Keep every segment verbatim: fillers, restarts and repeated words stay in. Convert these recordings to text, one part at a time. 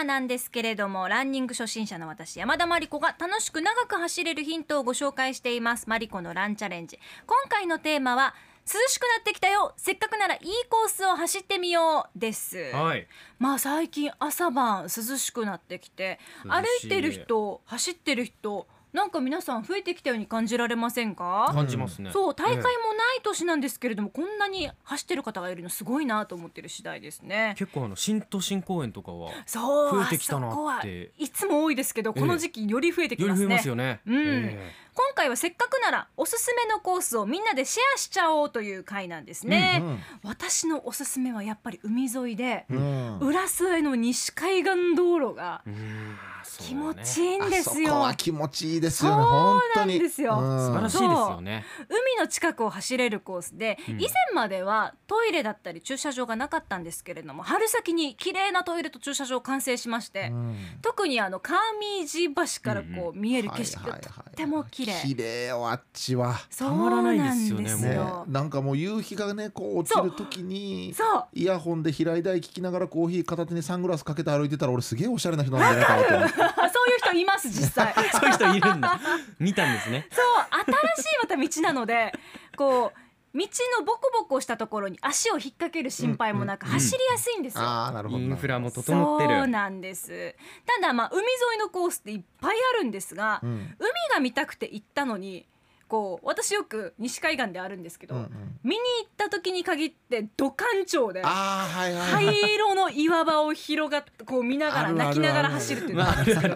ーなんですけれども、ランニング初心者の私山田真理子が楽しく長く走れるヒントをご紹介しています。マリコのランチャレンジ。今回のテーマは涼しくなってきたよ、せっかくならいいコースを走ってみようです、 はい、 まあ最近朝晩涼しくなってきて、歩いてる人走ってる人なんか皆さん増えてきたように感じられませんか？ 感じますね。 そう、大会もない年なんですけれども、こんなに走ってる方がいるのすごいなと思ってる次第ですね。 結構あの新都心公園とかはそう増えてきたなって。 あそこはいつも多いですけど、この時期より増えてきますね。 より増えますよね。 うん、 えー今回はせっかくならおすすめのコースをみんなでシェアしちゃおうという回なんですね、うんうん、私のおすすめはやっぱり海沿いで、うん、浦添の西海岸道路が気持ちいいんですよ。 あそこは気持ちいいですよね。本当にそうなんですよ、 うん、素晴らしいですよね。 海の近くを走れるコースで、うん、以前まではトイレだったり駐車場がなかったんですけれども、春先に綺麗なトイレと駐車場完成しまして、うん、特にあの上地橋からこう見える景色がとっても綺麗。 綺麗よあっちは。 たまらないですよね。 もう、 ね、なんかもう夕日がねこう落ちる時にイヤホンで平井大聞きながらコーヒー片手にサングラスかけて歩いてたら、俺すげえおしゃれな人なんじゃないかなと思ってそういう人います実際そういう人いるんだ見たんですね。 そう新しいまた道なのでこう道のボコボコしたところに足を引っ掛ける心配もなく走りやすいんですよ、うんうん、 あーなるほど。 インフラも整ってる。 そうなんです。ただまあ海沿いのコースっていっぱいあるんですが、うん、海が見たくて行ったのにこう私よく西海岸であるんですけど、うんうん、見に行った時に限って土管町で灰色の岩場を広がってこう見ながら泣きながら走るっていうのがあるんですよ。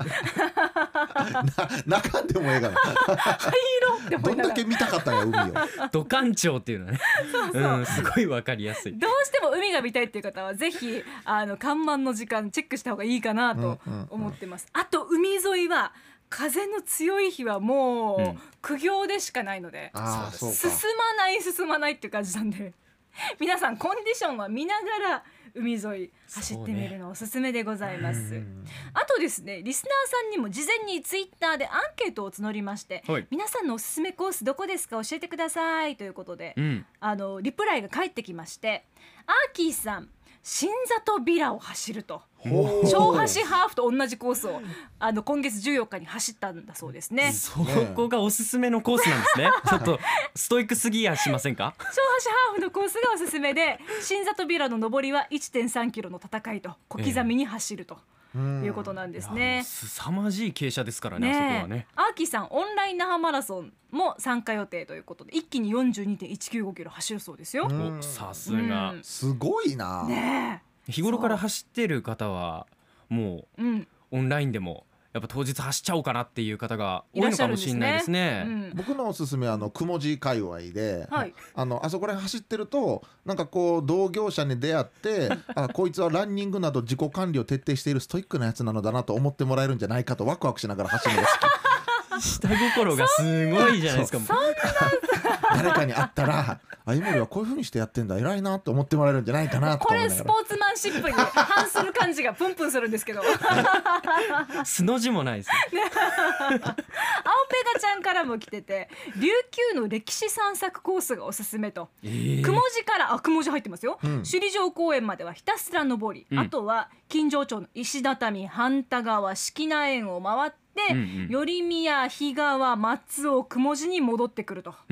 泣かんでもええがな灰色って思いながらどんだけ見たかったんや海を。 土管町っていうのはねそうそう、うん、 すごいわかりやすい。 どうしても海が見たいっていう方はぜひあの看板の時間チェックした方がいいかなと思ってます、うんうんうん、あと海沿いは風の強い日はもう、うん、苦行でしかないので、 あそう進まない進まないっていう感じなんで皆さんコンディションは見ながら海沿い走ってみるのおすすめでございます、ね、あとですねリスナーさんにも事前にツイッターでアンケートを募りまして、はい、皆さんのおすすめコースどこですか教えてくださいということで、うん、あのリプライが返ってきまして、アーキーさん新里ビラを走ると、長橋ハーフと同じコースをあの今月じゅうよっかに走ったんだそうですね。 そこがおすすめのコースなんですねちょっとストイックすぎやしませんか？ 長橋ハーフのコースがおすすめで、新里ビラの上りは いってんさんキロの戦いと小刻みに走ると、えーいうことなんですね。 凄まじい傾斜ですからね、ね、あそこはね。 アーキーさんオンライン那覇マラソンも参加予定ということで、一気に よんじゅうにてんいちきゅうごキロ走るそうですよ。 さすが、 うん、 すごいな、 ね、 日頃から走ってる方はもう、うん、オンラインでもやっぱ当日走っちゃおうかなっていう方が多いのかもしれないですね。 うん、 僕のおすすめはあのくもじ界隈で、はい、あのあそこら辺走ってるとなんかこう同業者に出会ってあこいつはランニングなど自己管理を徹底しているストイックなやつなのだなと思ってもらえるんじゃないかとワクワクしながら走るのが好き下心がすごいじゃないですか。 誰かに会ったらあゆもりはこういう風にしてやってんだ偉いなと思ってもらえるんじゃないかなと思いながら、 これスポーツマンシップに反する感じがプンプンするんですけど素の字もないですね青ペガちゃんからも来てて、琉球の歴史散策コースがおすすめと、えー、雲寺からあ雲寺入ってますよ、うん、首里城公園まではひたすら登り、うん、あとは金城町の石畳半田川敷名園を回ってで、うんうん、寄宮日川松尾雲寺に戻ってくると、うん、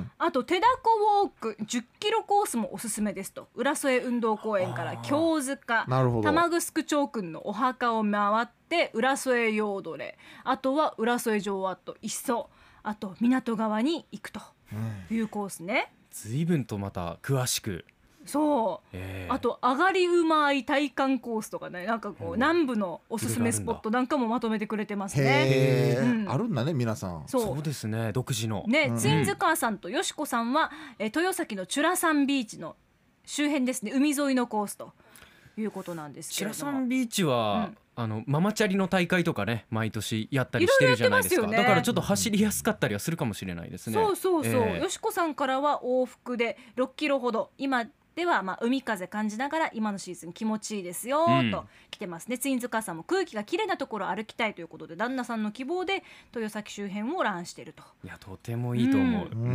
あと手だこウォークじゅっキロコースもおすすめですと、浦添運動公園から京塚玉城町君のお墓を回って浦添ヨードレ、あとは浦添城跡磯、あと港川に行くというコースね、 うん、随分とまた詳しく。 そう、えー、あと上がりうまい体感コースとかね、なんかこう南部のおすすめスポットなんかもまとめてくれてますね。 へー、うん、あるんだね皆さん。 そう、 そうですね、独自のね、うん、ツインズカーさんとよしこさんは、え豊崎のチュラサンビーチの周辺ですね、海沿いのコースということなんですけれども、 チュラサンビーチは、うん、あのママチャリの大会とかね毎年やったりしてるじゃないですか。だからちょっと走りやすかったりはするかもしれないですね。 そうそうそう、 えー、 よしこさんからは往復でろっキロほど、今ではまあ海風感じながら今のシーズン気持ちいいですよ、うん、と来てますね。ツインズ母さんも空気がきれいなところを歩きたいということで旦那さんの希望で豊崎周辺をランしていると。 いやとてもいいと思う、うんうん、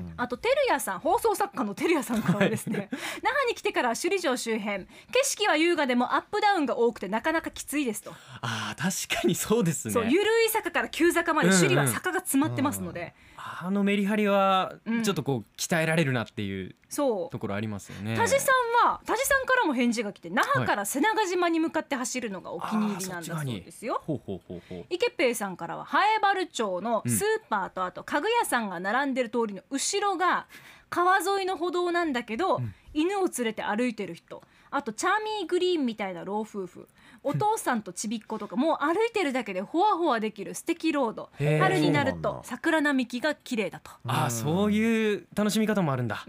あと照屋さん、放送作家の照屋さんからはですね那覇に来てから首里城周辺景色は優雅でもアップダウンが多くてなかなかきついですと。 あー確かにそうですね。 そう緩い坂から急坂まで首里は坂が詰まってますので、うんうん、 あのメリハリはちょっとこう鍛えられるなっていうところありますよね。 田地さんは田地さんからも返事が来て那覇から瀬長島に向かって走るのがお気に入りなんだそうですよ。 ほうほうほうほう。 池平さんからは南風原町のスーパーとあと家具屋さんが並んでる通りの後ろが川沿いの歩道なんだけど、うん、犬を連れて歩いてる人、あとチャーミーグリーンみたいな老夫婦、お父さんとちびっ子とかもう歩いてるだけでほわほわできる素敵ロード、春になると桜並木が綺麗だと。 あ、そういう楽しみ方もあるんだ。 うん、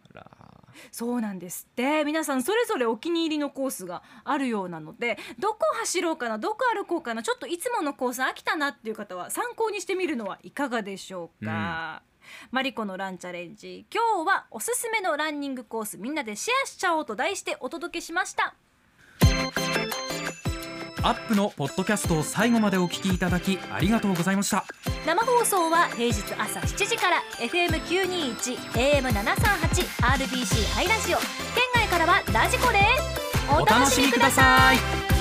そうなんですって。皆さんそれぞれお気に入りのコースがあるようなので、どこ走ろうかな、どこ歩こうかな、ちょっといつものコース飽きたなっていう方は参考にしてみるのはいかがでしょうか。うん、マリコのランチャレンジ、今日はおすすめのランニングコースみんなでシェアしちゃおうと題してお届けしました。 アップのポッドキャストを最後までお聞きいただきありがとうございました。 生放送は平日朝しちじから エフエムきゅうにいち エーエムななさんはち アールビーシー ハイラジオ、県外からはラジコです。 お楽しみください。